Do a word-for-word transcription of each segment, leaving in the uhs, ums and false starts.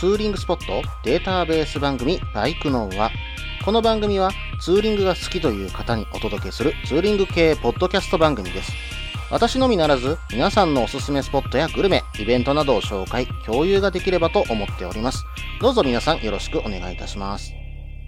ツーリングスポットデータベース番組バイクノーは、この番組はツーリングが好きという方にお届けするツーリング系ポッドキャスト番組です。私のみならず皆さんのおすすめスポットやグルメ、イベントなどを紹介、共有ができればと思っております。どうぞ皆さんよろしくお願いいたします。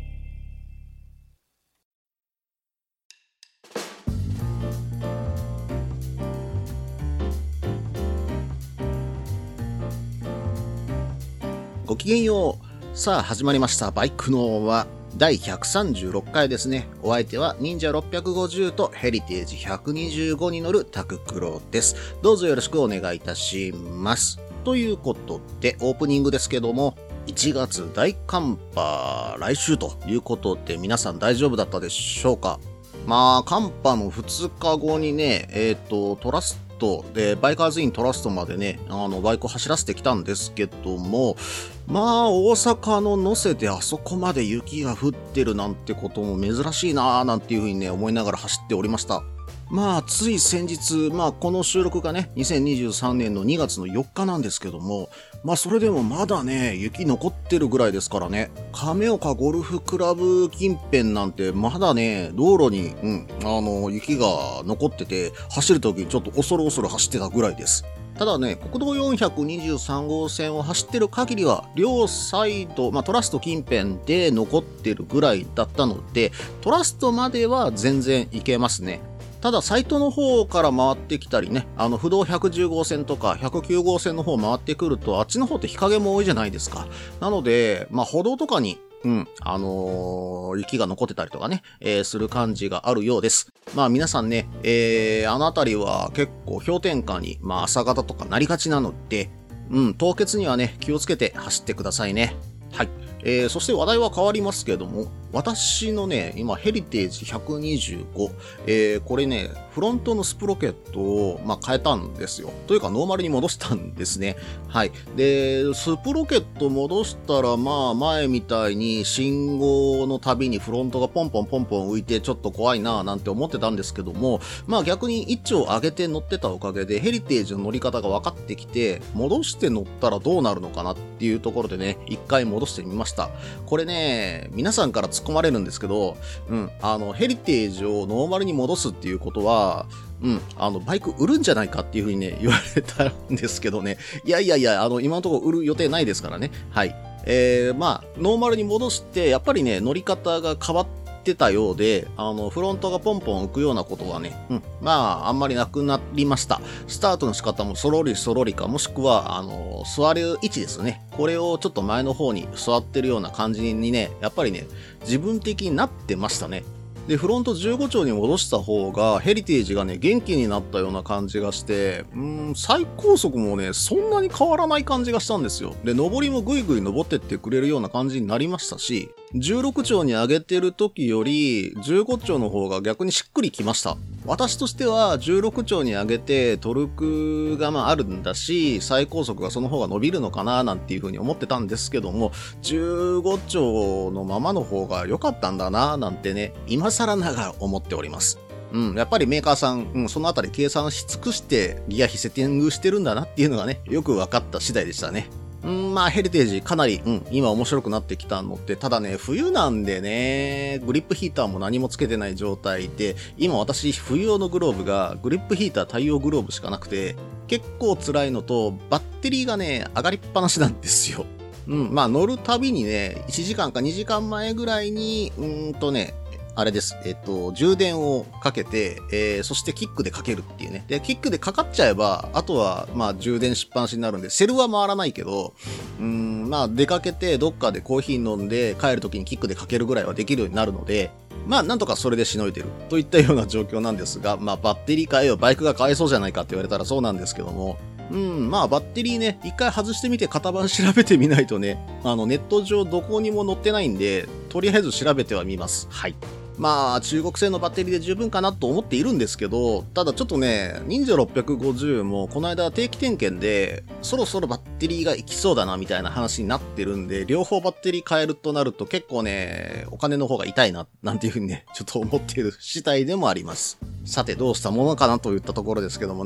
ごきげんよう。さあ始まりましたバイクノーはだいひゃくさんじゅうろっかいですね。お相手は忍者ろっぴゃくごじゅうとヘリテージひゃくにじゅうごに乗るタククロです。どうぞよろしくお願いいたします。ということでオープニングですけども、いちがつ大寒波来週ということで、皆さん大丈夫だったでしょうか。まあ寒波のふつかごにね、えっとトラストでバイカーズイントラストまでね、あのバイクを走らせてきたんですけども、まあ大阪の能勢であそこまで雪が降ってるなんてことも珍しいなーなんていう風にね思いながら走っておりました。まあつい先日、まあこの収録がねにせんにじゅうさんねんのにがつのよっかなんですけども、まあそれでもまだね雪残ってるぐらいですからね、亀岡ゴルフクラブ近辺なんてまだね道路に、うん、あの雪が残ってて、走るときにちょっと恐る恐る走ってたぐらいです。ただね、国道よんひゃくにじゅうさんごうせんを走ってる限りは両サイド、まあトラスト近辺で残ってるぐらいだったので、トラストまでは全然行けますね。ただサイトの方から回ってきたりね、あの不動ひゃくじゅうごうせんとかひゃくきゅうごうせんの方回ってくると、あっちの方って日陰も多いじゃないですか。なので、まあ歩道とかにうん、あのー、雪が残ってたりとかね、えー、する感じがあるようです。まあ皆さんね、えー、あのあたりは結構氷点下に、まあ朝方とかなりがちなので、うん、凍結にはね、気をつけて走ってくださいね。はい。えー、そして話題は変わりますけども、私のね、今ヘリテージひゃくにじゅうご、えー、これね、フロントのスプロケットを、まあ、変えたんですよ。というかノーマルに戻したんですね。はい。で、スプロケット戻したら、まあ前みたいに信号のたびにフロントがポンポンポンポン浮いてちょっと怖いなぁなんて思ってたんですけども、まあ逆に一丁上げて乗ってたおかげでヘリテージの乗り方が分かってきて、戻して乗ったらどうなるのかなっていうところでね、一回戻してみました。これね、皆さんから突っ込まれるんですけど、うん、あの、ヘリテージをノーマルに戻すっていうことは、うん、あの、バイク売るんじゃないかっていうふうにね、言われたんですけどね。いやいやいや、あの、今のところ売る予定ないですからね。はい。えー、まあ、ノーマルに戻して、やっぱりね、乗り方が変わってたようで、あの、フロントがポンポン浮くようなことはね、うん、まあ、あんまりなくなりました。スタートの仕方もそろりそろりか、もしくは、あの、座る位置ですね。これをちょっと前の方に座ってるような感じにね、やっぱりね、自分的になってましたね。で、フロントじゅうごちょうに戻した方が、ヘリテージがね、元気になったような感じがして、うーん、最高速もね、そんなに変わらない感じがしたんですよ。で、上りもぐいぐい登ってってくれるような感じになりましたし、じゅうろくちょうに上げてる時より、じゅうごちょうの方が逆にしっくりきました。私としては、じゅうろくちょうに上げてトルクがまああるんだし、最高速がその方が伸びるのかななんていう風に思ってたんですけども、じゅうごちょうのままの方が良かったんだななんてね、今更ながら思っております。うん、やっぱりメーカーさん、うん、そのあたり計算し尽くしてギア比セッティングしてるんだなっていうのがね、よく分かった次第でしたね。うん、まあヘリテージかなり、うん、今面白くなってきたのって、ただね、冬なんでね、グリップヒーターも何もつけてない状態で、今私冬用のグローブがグリップヒーター対応グローブしかなくて、結構辛いのと、バッテリーがね、上がりっぱなしなんですよ。うん、まあ乗るたびにね、いちじかんかにじかんまえぐらいに、うーんとね、あれです。えっと、充電をかけて、えー、そしてキックでかけるっていうね。で、キックでかかっちゃえば、あとは、まあ、充電しっぱなしになるんで、セルは回らないけど、うーん、まあ、出かけて、どっかでコーヒー飲んで、帰るときにキックでかけるぐらいはできるようになるので、まあ、なんとかそれでしのいでる。といったような状況なんですが、まあ、バッテリー変えよう、バイクが変えそうじゃないかって言われたらそうなんですけども、うん、まあバッテリーね、一回外してみて型番調べてみないとね、あのネット上どこにも載ってないんで、とりあえず調べてはみます。はい。まあ中国製のバッテリーで十分かなと思っているんですけど、ただちょっとね、忍者ろっぴゃくごじゅうもこの間定期点検で、そろそろバッテリーがいきそうだなみたいな話になってるんで、両方バッテリー変えるとなると結構ね、お金の方が痛いな、なんていうふうにね、ちょっと思っている次第でもあります。さてどうしたものかなといったところですけどもね。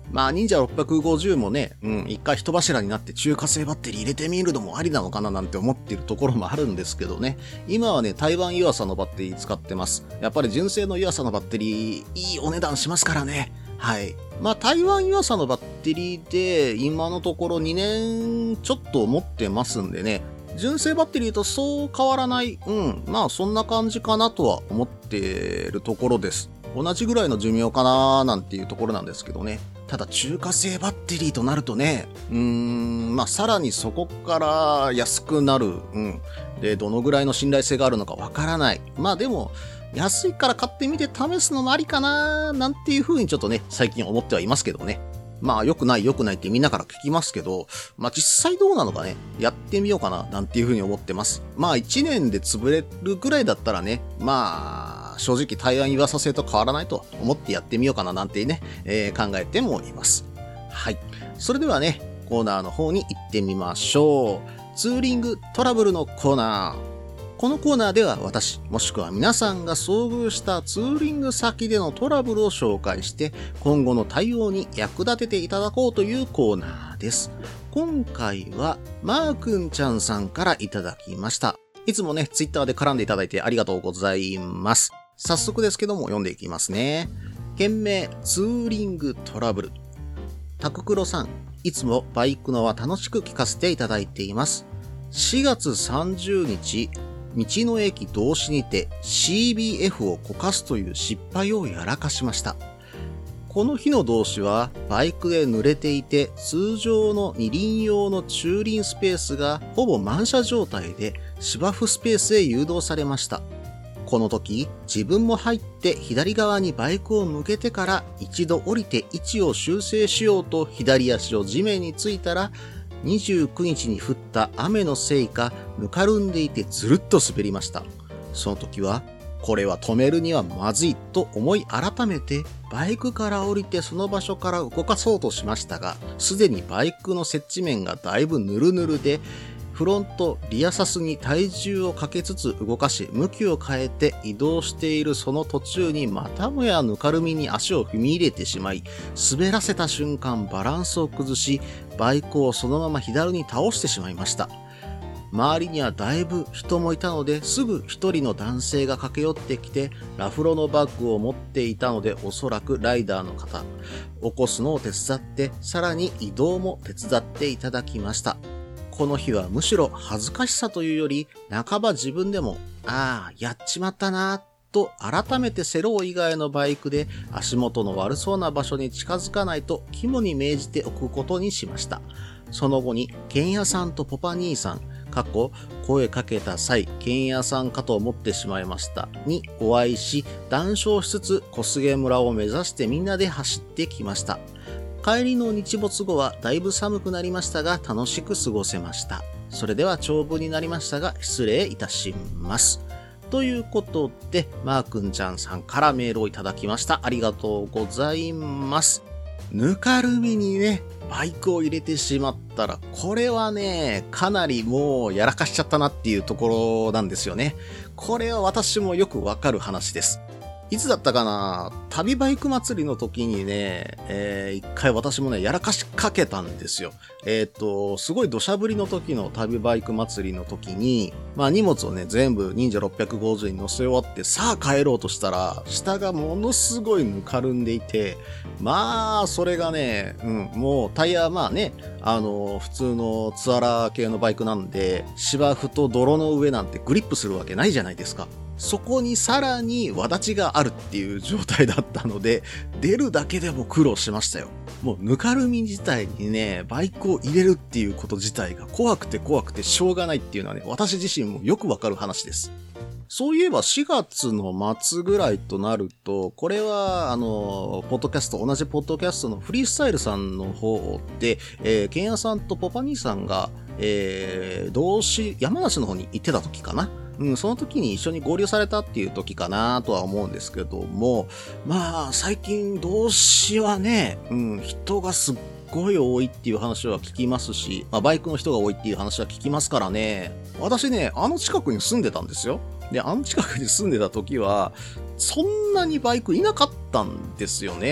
まあ、忍者ろっぴゃくごじゅうもね、うん、一回人柱になって中華製バッテリー入れてみるのもありなのかななんて思ってるところもあるんですけどね。今はね、台湾湯浅のバッテリー使ってます。やっぱり純正の湯浅のバッテリー、いいお値段しますからね。はい。まあ、台湾湯浅のバッテリーで、今のところにねんちょっと持ってますんでね、純正バッテリーとそう変わらない、うん、まあ、そんな感じかなとは思ってるところです。同じぐらいの寿命かなーなんていうところなんですけどね。ただ中華製バッテリーとなるとね、うーん、まあさらにそこから安くなる。うん。で、どのぐらいの信頼性があるのかわからない。まあでも、安いから買ってみて試すのもありかななんていう風にちょっとね、最近思ってはいますけどね。まあ良くない良くないってみんなから聞きますけど、まあ実際どうなのかね、やってみようかななんていう風に思ってます。まあいちねんで潰れるぐらいだったらね、まあ正直台湾岩佐製と変わらないと思ってやってみようかななんてね、えー、考えてもいます。はい。それではね、コーナーの方に行ってみましょう。ツーリングトラブルのコーナー。このコーナーでは私、もしくは皆さんが遭遇したツーリング先でのトラブルを紹介して、今後の対応に役立てていただこうというコーナーです。今回は、マーくんちゃんさんからいただきました。いつもね、ツイッターで絡んでいただいてありがとうございます。早速ですけども読んでいきますね。件名、ツーリングトラブル。タククロさん、いつもバイクのは楽しく聞かせていただいています。しがつさんじゅうにち、道の駅同士にて シービーエフ をこかすという失敗をやらかしました。この日の同士はバイクで濡れていて、通常の二輪用の駐輪スペースがほぼ満車状態で芝生スペースへ誘導されました。この時、自分も入って左側にバイクを向けてから一度降りて位置を修正しようと左足を地面についたら、にじゅうくにちに降った雨のせいかぬかるんでいてずるっと滑りました。その時はこれは止めるにはまずいと思い改めてバイクから降りてその場所から動かそうとしましたが、すでにバイクの接地面がだいぶヌルヌルで、フロント、リアサスに体重をかけつつ動かし、向きを変えて移動しているその途中にまたもやぬかるみに足を踏み入れてしまい、滑らせた瞬間バランスを崩し、バイクをそのまま左に倒してしまいました。周りにはだいぶ人もいたので、すぐ一人の男性が駆け寄ってきて、ラフロのバッグを持っていたので、おそらくライダーの方、起こすのを手伝って、さらに移動も手伝っていただきました。この日はむしろ恥ずかしさというより、半ば自分でも、ああ、やっちまったなぁ、と改めてセロー以外のバイクで足元の悪そうな場所に近づかないと肝に銘じておくことにしました。その後に、ケンヤさんとポパ兄さん、過去、声かけた際、ケンヤさんかと思ってしまいました。にお会いし、談笑しつつ小菅村を目指してみんなで走ってきました。帰りの日没後はだいぶ寒くなりましたが楽しく過ごせました。それでは長文になりましたが失礼いたします。ということで、マーくんちゃんさんからメールをいただきました。ありがとうございます。ぬかるみにね、バイクを入れてしまったら、これはね、かなりもうやらかしちゃったなっていうところなんですよね。これは私もよくわかる話です。いつだったかな、旅バイク祭りの時にね、えー、一回私もね、やらかしかけたんですよ。えっと、すごい土砂降りの時の旅バイク祭りの時に、まあ荷物をね、全部忍者ろっぴゃくごじゅうに乗せ終わって、さあ帰ろうとしたら、下がものすごいぬかるんでいて、まあ、それがね、うん、もうタイヤ、まあね、あの、普通のツアラー系のバイクなんで、芝生と泥の上なんてグリップするわけないじゃないですか。そこにさらに輪立ちがあるっていう状態だったので、出るだけでも苦労しましたよ。もうぬかるみ自体にね、バイクを入れるっていうこと自体が怖くて怖くてしょうがないっていうのはね、私自身もよくわかる話です。そういえばしがつの末ぐらいとなると、これはあの、ポッドキャスト、同じポッドキャストのフリースタイルさんの方で、えー、ケンヤさんとポパ兄さんが、えー、同志、山梨の方に行ってた時かな。うん、その時に一緒に合流されたっていう時かなとは思うんですけども、まあ、最近同志はね、うん、人がすっごい多いっていう話は聞きますし、まあ、バイクの人が多いっていう話は聞きますからね。私ね、あの近くに住んでたんですよ。で、あの近くに住んでた時は、そんなにバイクいなかったんですよね。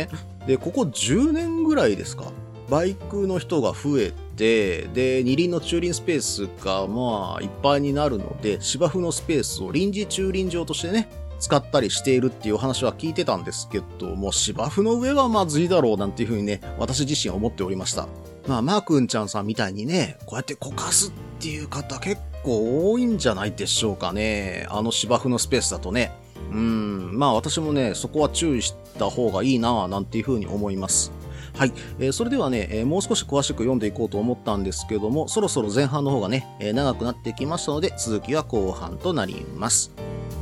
で、ここじゅうねんぐらいですか。バイクの人が増えて、で、二輪の駐輪スペースがまあいっぱいになるので、芝生のスペースを臨時駐輪場としてね、使ったりしているっていう話は聞いてたんですけども、芝生の上はまずいだろうなんていう風にね、私自身は思っておりました。まあ、マー君ちゃんさんみたいにね、こうやってこかすっていう方結構多いんじゃないでしょうかね。あの芝生のスペースだとね。うん、まあ私もね、そこは注意した方がいいなぁなんていう風に思います。はい、えー、それではね、えー、もう少し詳しく読んでいこうと思ったんですけども、そろそろ前半の方がね、えー、長くなってきましたので、続きは後半となります。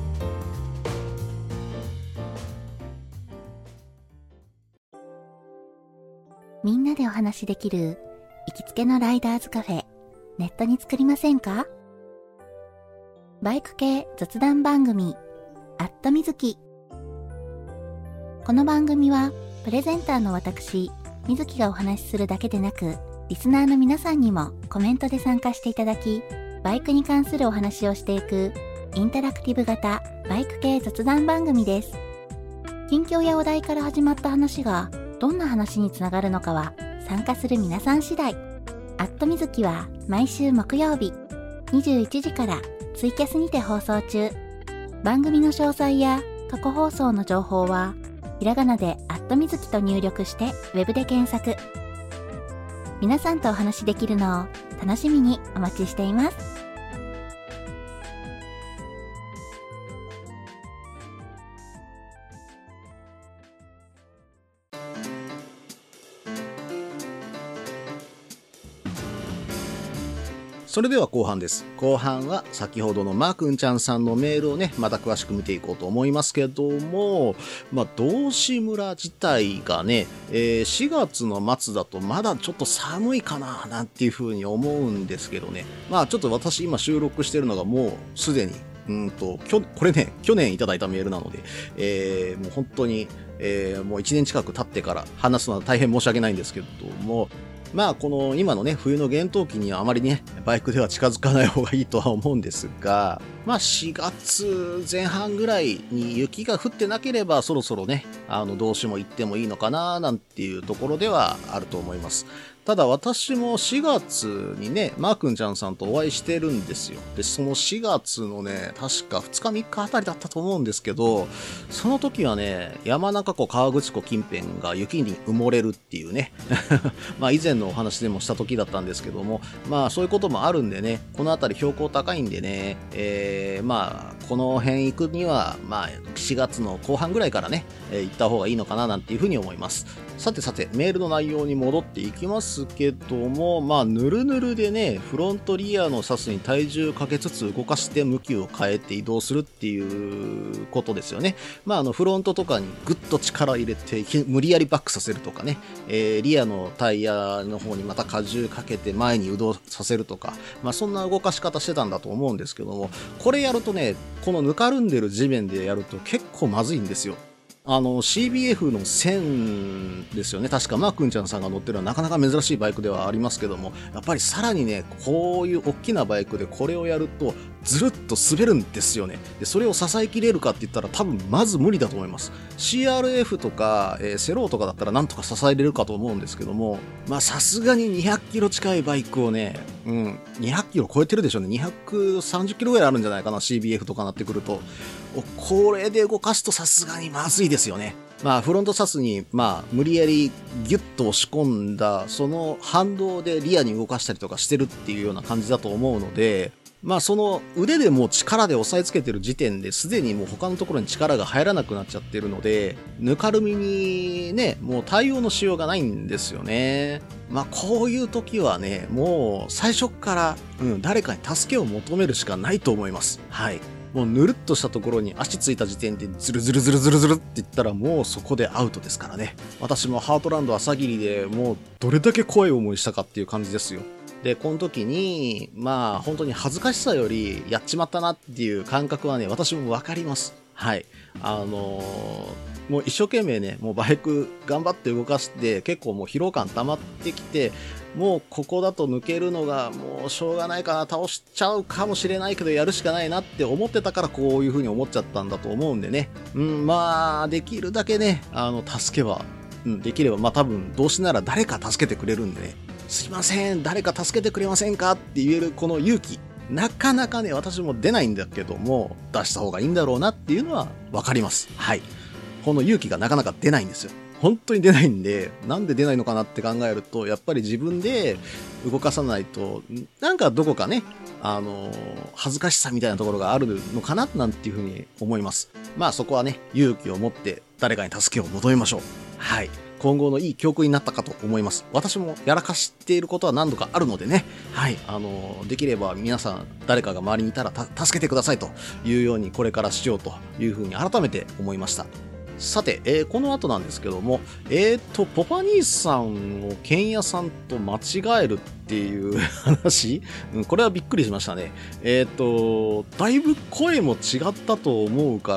みんなでお話しできる行きつけのライダーズカフェ、ネットに作りませんか？バイク系雑談番組、アットみずき。この番組はプレゼンターの私、みずきがお話しするだけでなく、リスナーの皆さんにもコメントで参加していただき、バイクに関するお話をしていくインタラクティブ型バイク系雑談番組です。近況やお題から始まった話がどんな話につながるのかは参加する皆さん次第。アットみずきは毎週木曜日にじゅういちじからツイキャスにて放送中。番組の詳細や過去放送の情報はひらがなでアットみずきと入力してウェブで検索。皆さんとお話しできるのを楽しみにお待ちしています。 それでは後半です。後半は先ほどのマー君ちゃんさんのメールをね、また詳しく見ていこうと思いますけども、まあ、道志村自体がね、えー、しがつの末だとまだちょっと寒いかな、なんていう風に思うんですけどね。まあちょっと私今収録してるのがもうすでに、うんと、きょ、これね、去年いただいたメールなので、えー、もう本当に、えー、もういちねん近く経ってから話すのは大変申し訳ないんですけども、まあこの今のね冬の厳冬期にはあまりねバイクでは近づかない方がいいとは思うんですが、まあしがつぜん半ぐらいに雪が降ってなければそろそろねあの道志も行ってもいいのかななんていうところではあると思います。ただ私もしがつにねマー君ちゃんさんとお会いしてるんですよ。でそのしがつのね確かふつかみっかあたりだったと思うんですけど、その時はね山中湖河口湖近辺が雪に埋もれるっていうねまあ以前のお話でもした時だったんですけども、まあそういうこともあるんでね、この辺り標高高いんでね、えー、まあこの辺行くにはまあしがつの後半ぐらいからね、えー、行った方がいいのかななんていうふうに思います。さてさてメールの内容に戻っていきますけども、まあぬるぬるでねフロントリアのサスに体重かけつつ動かして向きを変えて移動するっていうことですよね。まああのフロントとかにグッと力入れて無理やりバックさせるとかね、えー、リアのタイヤの方にまた荷重かけて前に移動させるとか、まあそんな動かし方してたんだと思うんですけども、これやるとねこのぬかるんでる地面でやると結構まずいんですよ。あの シービーエフ のせんですよね。確かマー君ちゃんさんが乗ってるのはなかなか珍しいバイクではありますけども、やっぱりさらにねこういう大きなバイクでこれをやるとずるっと滑るんですよね。でそれを支えきれるかって言ったら多分まず無理だと思います。 シーアールエフ とか、えー、セローとかだったらなんとか支えれるかと思うんですけども、まあさすがににひゃっキロ近いバイクをね、うん、にひゃっキロ超えてるでしょうね。にひゃくさんじゅっキロぐらいあるんじゃないかな シービーエフ とかなってくると。これで動かすとさすがにまずいですよね。まあフロントサスにまあ無理やりギュッと押し込んだその反動でリアに動かしたりとかしてるっていうような感じだと思うので、まあその腕でもう力で押さえつけてる時点ですでにもう他のところに力が入らなくなっちゃってるので、ぬかるみにねもう対応のしようがないんですよね。まあこういう時はねもう最初から、うん、誰かに助けを求めるしかないと思います。はい。もうぬるっとしたところに足ついた時点でズルズルズルズルズルって言ったらもうそこでアウトですからね。私もハートランド朝霧でもうどれだけ怖い思いしたかっていう感じですよ。でこの時にまあ本当に恥ずかしさよりやっちまったなっていう感覚はね私もわかります。はい。あのーもう一生懸命ねもうバイク頑張って動かして結構もう疲労感溜まってきて、もうここだと抜けるのがもうしょうがないかな、倒しちゃうかもしれないけどやるしかないなって思ってたからこういう風に思っちゃったんだと思うんでね、うん、まあできるだけねあの助けはうん、できれば、まあ多分、動詞なら誰か助けてくれるんでね、すいません、誰か助けてくれませんかって言えるこの勇気、なかなかね、私も出ないんだけども、出した方がいいんだろうなっていうのはわかります。はい。この勇気がなかなか出ないんですよ。本当に出ないんで、なんで出ないのかなって考えると、やっぱり自分で動かさないと、なんかどこかね、あの、恥ずかしさみたいなところがあるのかななんていうふうに思います。まあそこはね、勇気を持って誰かに助けを求めましょう。はい。今後のいい教訓になったかと思います。私もやらかしていることは何度かあるのでね。はい。あの、できれば皆さん誰かが周りにいたら助けてくださいというようにこれからしようというふうに改めて思いました。さて、えー、この後なんですけども、えーと、ポパ兄さんをケンヤさんと間違えるっていう話、うん、これはびっくりしましたね。えーと、だいぶ声も違ったと思うから、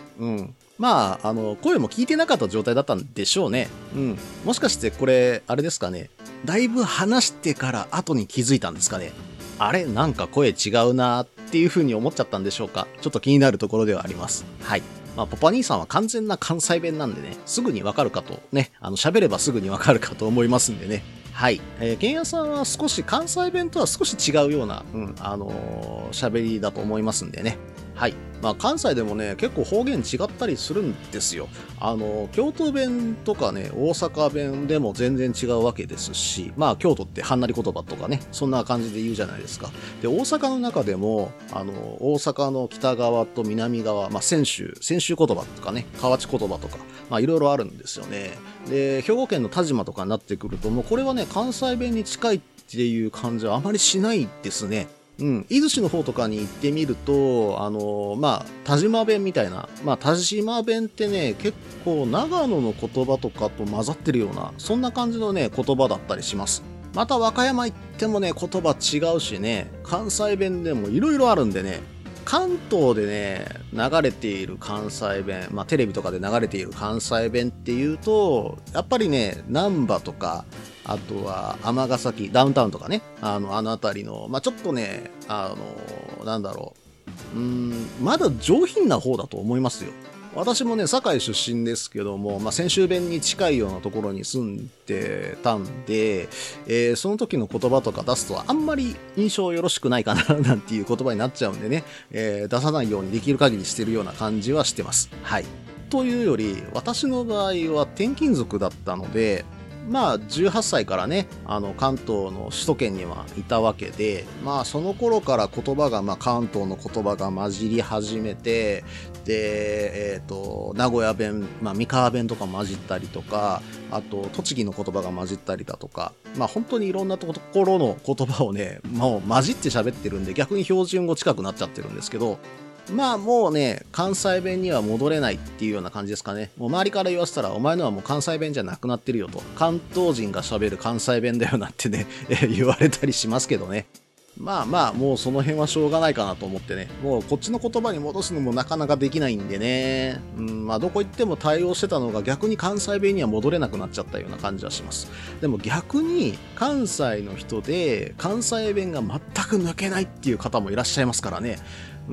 うん。まあ、あの、声も聞いてなかった状態だったんでしょうね。うん。もしかしてこれ、あれですかね。だいぶ話してから後に気づいたんですかね。あれなんか声違うなっていう風に思っちゃったんでしょうか。ちょっと気になるところではあります。はい。まあ、ポパ兄さんは完全な関西弁なんでね、すぐにわかるかと、ね、あの、喋ればすぐにわかるかと思いますんでね。はい。えー、ケンヤさんは少し関西弁とは少し違うような、うん、あのー、喋りだと思いますんでね。はい。まあ、関西でもね、結構方言違ったりするんですよ。あの、京都弁とかね、大阪弁でも全然違うわけですし、まあ、京都ってはんなり言葉とかね、そんな感じで言うじゃないですか。で、大阪の中でも、あの、大阪の北側と南側、まあ、泉州、泉州言葉とかね、河内言葉とか、まあ、いろいろあるんですよね。で、兵庫県の田島とかになってくると、もうこれはね、関西弁に近いっていう感じはあまりしないですね。うん、伊豆市の方とかに行ってみると、あのー、まあ、田島弁みたいな、まあ、田島弁ってね、結構長野の言葉とかと混ざってるような、そんな感じのね、言葉だったりします。また和歌山行ってもね、言葉違うしね、関西弁でもいろいろあるんでね、関東でね、流れている関西弁、まあテレビとかで流れている関西弁っていうと、やっぱりね、難波とか、あとは尼崎、ダウンタウンとかね、あの、あのあたりの、まあちょっとね、あの、なんだろう、うーん、まだ上品な方だと思いますよ。私もね、堺出身ですけども、まあ、泉州弁に近いようなところに住んでたんで、えー、その時の言葉とか出すとあんまり印象よろしくないかななんていう言葉になっちゃうんでね、えー、出さないようにできる限りしてるような感じはしてます。はい。というより、私の場合は転勤族だったので、まあ、じゅうはっさいからね、あの、関東の首都圏にはいたわけで、まあ、その頃から言葉が、まあ、関東の言葉が混じり始めて、で、えっと、名古屋弁、まあ、三河弁とか混じったりとか、あと、栃木の言葉が混じったりだとか、まあ、本当にいろんなところの言葉をね、もう混じって喋ってるんで、逆に標準語近くなっちゃってるんですけど、まあもうね、関西弁には戻れないっていうような感じですかね。もう周りから言わせたら、お前のはもう関西弁じゃなくなってるよと。関東人が喋る関西弁だよなってね、言われたりしますけどね。まあまあ、もうその辺はしょうがないかなと思ってね。もうこっちの言葉に戻すのもなかなかできないんでね。うん、まあどこ行っても対応してたのが逆に関西弁には戻れなくなっちゃったような感じはします。でも逆に関西の人で関西弁が全く抜けないっていう方もいらっしゃいますからね。うん、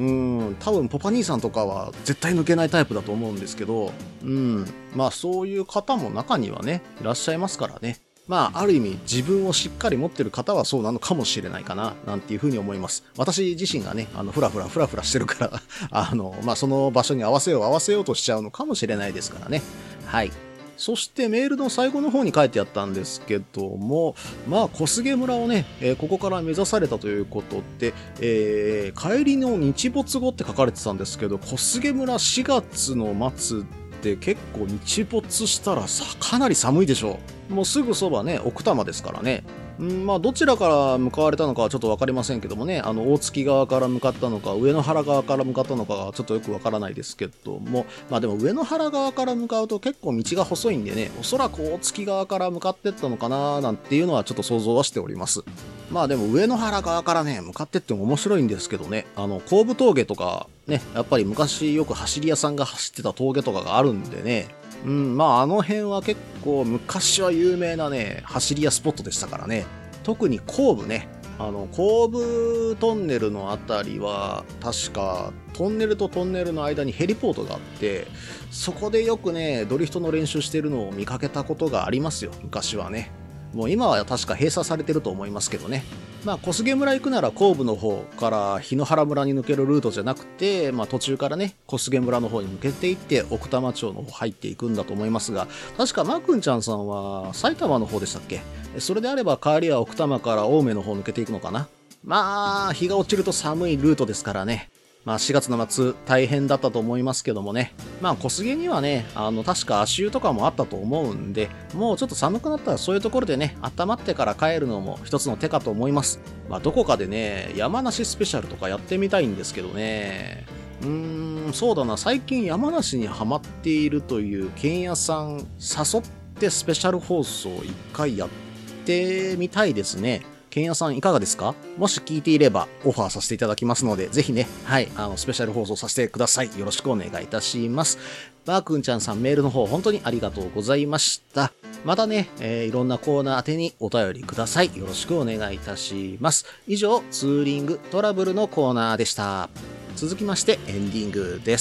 多分ポパ兄さんとかは絶対抜けないタイプだと思うんですけど、うん、まあそういう方も中にはね、いらっしゃいますからね。まあ、ある意味自分をしっかり持ってる方はそうなのかもしれないかな、なんていうふうに思います。私自身がね、あの、ふらふらふらふらしてるから、あの、まあその場所に合わせよう合わせようとしちゃうのかもしれないですからね。はい。そしてメールの最後の方に書いてあったんですけども、まあ小菅村をね、えー、ここから目指されたということで、えー、帰りの日没後って書かれてたんですけど、小菅村しがつの末って結構日没したらさかなり寒いでしょう。もうすぐそばね、奥多摩ですからね。んまあどちらから向かわれたのかはちょっと分かりませんけどもね、あの大月側から向かったのか上野原側から向かったのかはちょっとよく分からないですけども、まあでも上野原側から向かうと結構道が細いんでね、おそらく大月側から向かってったのかななんていうのはちょっと想像はしております。まあでも上野原側からね向かってっても面白いんですけどね、あの後部峠とかね、やっぱり昔よく走り屋さんが走ってた峠とかがあるんでね、うん、まああの辺は結構昔は有名なね走り屋スポットでしたからね。特に後部ね、 あの後部トンネルのあたりは確かトンネルとトンネルの間にヘリポートがあって、そこでよくねドリフトの練習してるのを見かけたことがありますよ、昔はね。もう今は確か閉鎖されてると思いますけどね。まあ小菅村行くなら後部の方から檜原村に抜けるルートじゃなくて、まあ途中からね小菅村の方に抜けていって奥多摩町の方入っていくんだと思いますが、確かマーくんちゃんさんは埼玉の方でしたっけ。それであれば帰りは奥多摩から青梅の方抜けていくのかな。まあ日が落ちると寒いルートですからね。まあしがつの末大変だったと思いますけどもね。まあ小菅にはね、あの確か足湯とかもあったと思うんで、もうちょっと寒くなったらそういうところでね、温まってから帰るのも一つの手かと思います。まあどこかでね、山梨スペシャルとかやってみたいんですけどね。うーん、そうだな、最近山梨にハマっているという剣屋さん誘ってスペシャル放送一回やってみたいですね。剣屋さんいかがですか？もし聞いていればオファーさせていただきますので、ぜひね、はい、あの、スペシャル放送させてください。よろしくお願いいたします。バーくんちゃんさんメールの方本当にありがとうございました。またね、えー、いろんなコーナー宛てにお便りください。よろしくお願いいたします。以上、ツーリングトラブルのコーナーでした。続きましてエンディングです。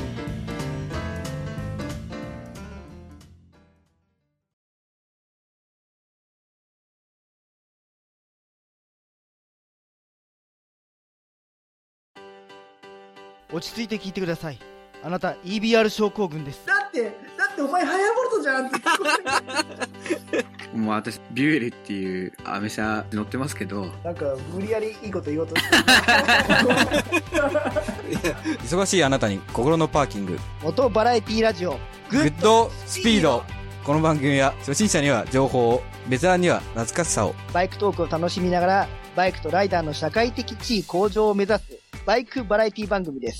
落ち着いて聞いてください。あなた イービーアール 症候群です。 だってだってお前ハヤボルトじゃんってもう私ビュエルっていうアメ車乗ってますけど、 なんか無理やりいいこと言おうとして忙しいあなたに心のパーキング、 元バラエティラジオグッドスピード。この番組は初心者には情報を、ベテランには懐かしさを、 バイクトークを楽しみながらバイクとライダーの社会的地位向上を目指すバイクバラエティ番組です。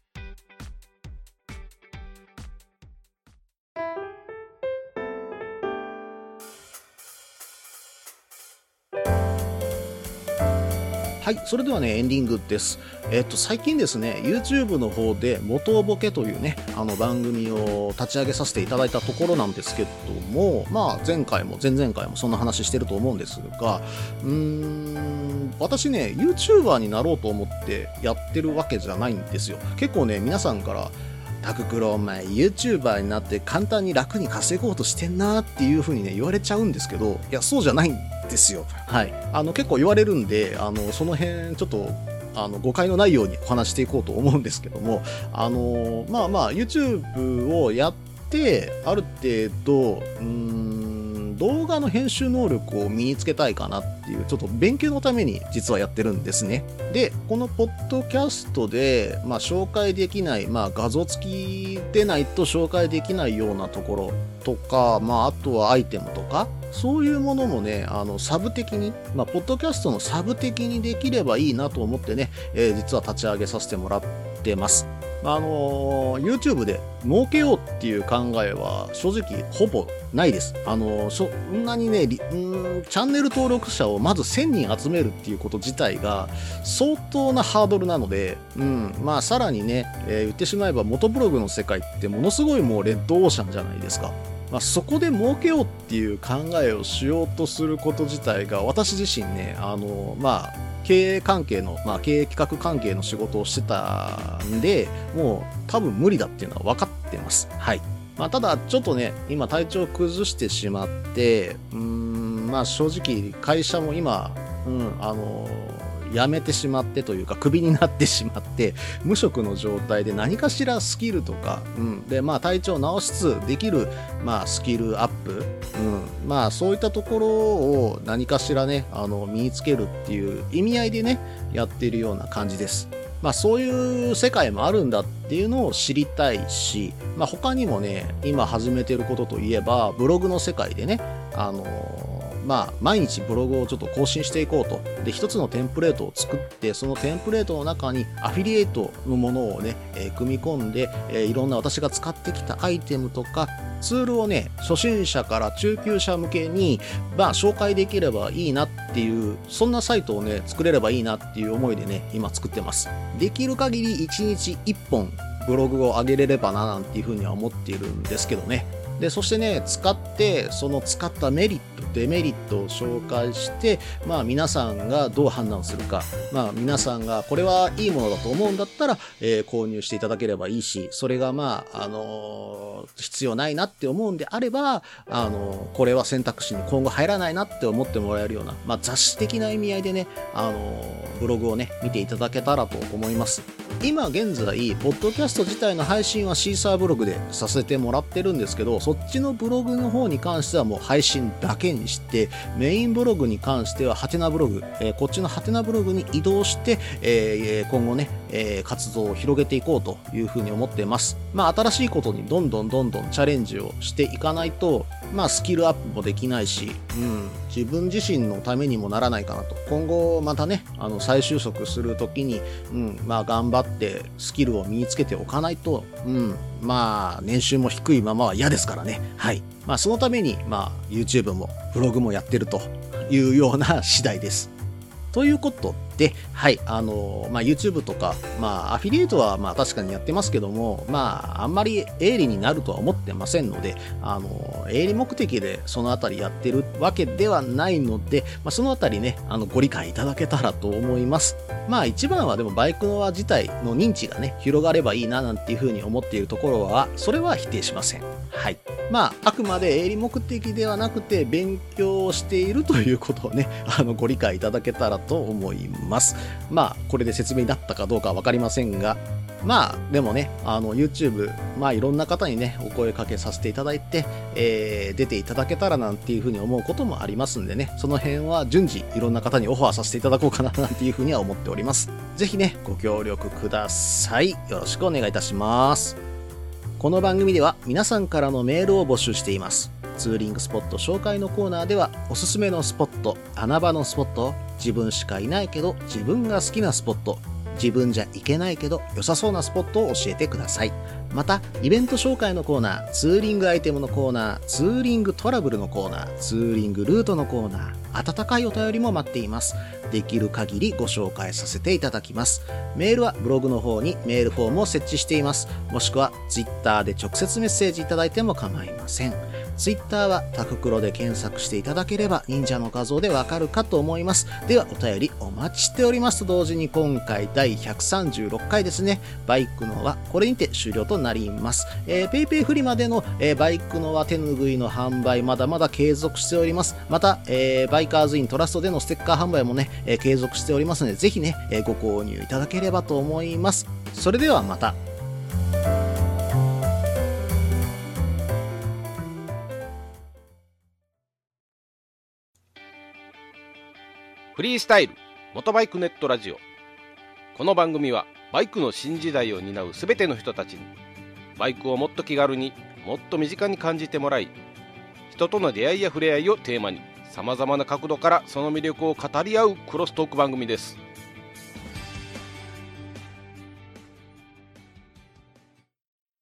はい、それではねエンディングです。えっと最近ですね YouTube の方で元ボケというねあの番組を立ち上げさせていただいたところなんですけども、まあ前回も前々回もそんな話してると思うんですが、うーん私ね YouTuber になろうと思ってやってるわけじゃないんですよ。結構ね皆さんからタククロお前 YouTuber になって簡単に楽に稼ごうとしてんなっていう風にね言われちゃうんですけど、いやそうじゃないんですよ。はい、あの結構言われるんで、あのその辺ちょっとあの誤解のないようにお話していこうと思うんですけども、あのまあまあ YouTube をやってある程度うーん動画の編集能力を身につけたいかなっていうちょっと勉強のために実はやってるんですね。でこのポッドキャストで、まあ、紹介できない、まあ、画像付きでないと紹介できないようなところとか、まあ、あとはアイテムとかそういうものもねあのサブ的に、まあ、ポッドキャストのサブ的にできればいいなと思ってね、えー、実は立ち上げさせてもらってます。あのー、YouTube で儲けようっていう考えは正直ほぼないです。あのー、そんなにね、チャンネル登録者をまずせんにん集めるっていうこと自体が相当なハードルなので、うん、まあさらにね、えー、言ってしまえば元ブログの世界ってものすごいもうレッドオーシャンじゃないですか。まあ、そこで儲けようっていう考えをしようとすること自体が私自身ね、あのー、まあ経営関係の、まあ、経営企画関係の仕事をしてたんで、もう多分無理だっていうのは分かってます。はい。まあ、ただちょっとね、今体調崩してしまって、うーん、まあ正直会社も今、うん、あのー、辞めてしまってというかクビになってしまって無職の状態で何かしらスキルとか、うん、でまあ体調を直しつつできる、まあ、スキルアップ、うん、まあそういったところを何かしらねあの身につけるっていう意味合いでねやっているような感じです。まあそういう世界もあるんだっていうのを知りたいし、まあ他にもね今始めてることといえばブログの世界でねあのーまあ、毎日ブログをちょっと更新していこうと。で、一つのテンプレートを作って、そのテンプレートの中にアフィリエイトのものをね、えー、組み込んで、えー、いろんな私が使ってきたアイテムとか、ツールをね、初心者から中級者向けに、まあ、紹介できればいいなっていう、そんなサイトをね、作れればいいなっていう思いでね、今作ってます。できる限りいちにちいっぽんブログを上げれればななんていうふうには思っているんですけどね。 で、そしてね、使って、その使ったメリット、デメリットを紹介して、まあ皆さんがどう判断するか、まあ皆さんがこれはいいものだと思うんだったら、えー、購入していただければいいし、それがまあ、あのー、必要ないなって思うんであれば、あのー、これは選択肢に今後入らないなって思ってもらえるような、まあ雑誌的な意味合いでね、あのー、ブログをね、見ていただけたらと思います。今現在、ポッドキャスト自体の配信はシーサーブログでさせてもらってるんですけど、そっちのブログの方に関してはもう配信だけにして、メインブログに関してはハテナブログ、えー、こっちのハテナブログに移動して、えー、今後ね、えー、活動を広げていこうというふうに思っています。まあ新しいことにどんどんどんどんチャレンジをしていかないと、まあスキルアップもできないし、うん、自分自身のためにもならないかなと。今後またね、あの再就職するときに、うん、まあ頑張ってスキルを身につけておかないと、うん、まあ年収も低いままは嫌ですからね。はい。まあそのために、まあ YouTube もブログもやってるというような次第です。ということで、はい、あの、まあ、YouTube とか、まあ、アフィリエイトは、まあ、確かにやってますけども、まあ、あんまり営利になるとは思ってませんので、あの、営利目的でそのあたりやってるわけではないので、まあ、そのあたりね、あの、ご理解いただけたらと思います。まあ、一番はでも、バイクノア自体の認知がね、広がればいいな、なんていうふうに思っているところは、それは否定しません。はい。まあ、あくまで営利目的ではなくて、勉強をしているということをね、あの、ご理解いただけたらと思います。まあ、これで説明になったかどうかはわかりませんが、まあ、でもね、あの、YouTube、まあ、いろんな方にね、お声かけさせていただいて、えー、出ていただけたらなんていうふうに思うこともありますんでね、その辺は順次、いろんな方にオファーさせていただこうかななんていうふうには思っております。ぜひね、ご協力ください。よろしくお願いいたします。この番組では皆さんからのメールを募集しています。ツーリングスポット紹介のコーナーでは、おすすめのスポット、穴場のスポット、自分しかいないけど自分が好きなスポット、自分じゃ行けないけど良さそうなスポットを教えてください。また、イベント紹介のコーナー、ツーリングアイテムのコーナー、ツーリングトラブルのコーナー、ツーリングルートのコーナー、温かいお便りも待っています。できる限りご紹介させていただきます。メールはブログの方にメールフォームを設置しています。もしくは Twitter で直接メッセージいただいても構いません。Twitter はタククロで検索していただければ忍者の画像でわかるかと思います。ではお便りお待ちしておりますと同時に、今回だいひゃくさんじゅうろっかいですね、バイクのはこれにて終了となります。えー、ペイペイフリマでの、えー、バイクのは手ぬぐいの販売まだまだ継続しております。また、えー、バイカーズイントラストでのステッカー販売もね、えー、継続しておりますので、ぜひね、えー、ご購入いただければと思います。それではまた。 フリースタイル元バイクネットラジオ。この番組はバイクの新時代を担うすべての人たちにバイクをもっと気軽にもっと身近に感じてもらい、人との出会いや触れ合いをテーマにさまざまな角度からその魅力を語り合うクロストーク番組です。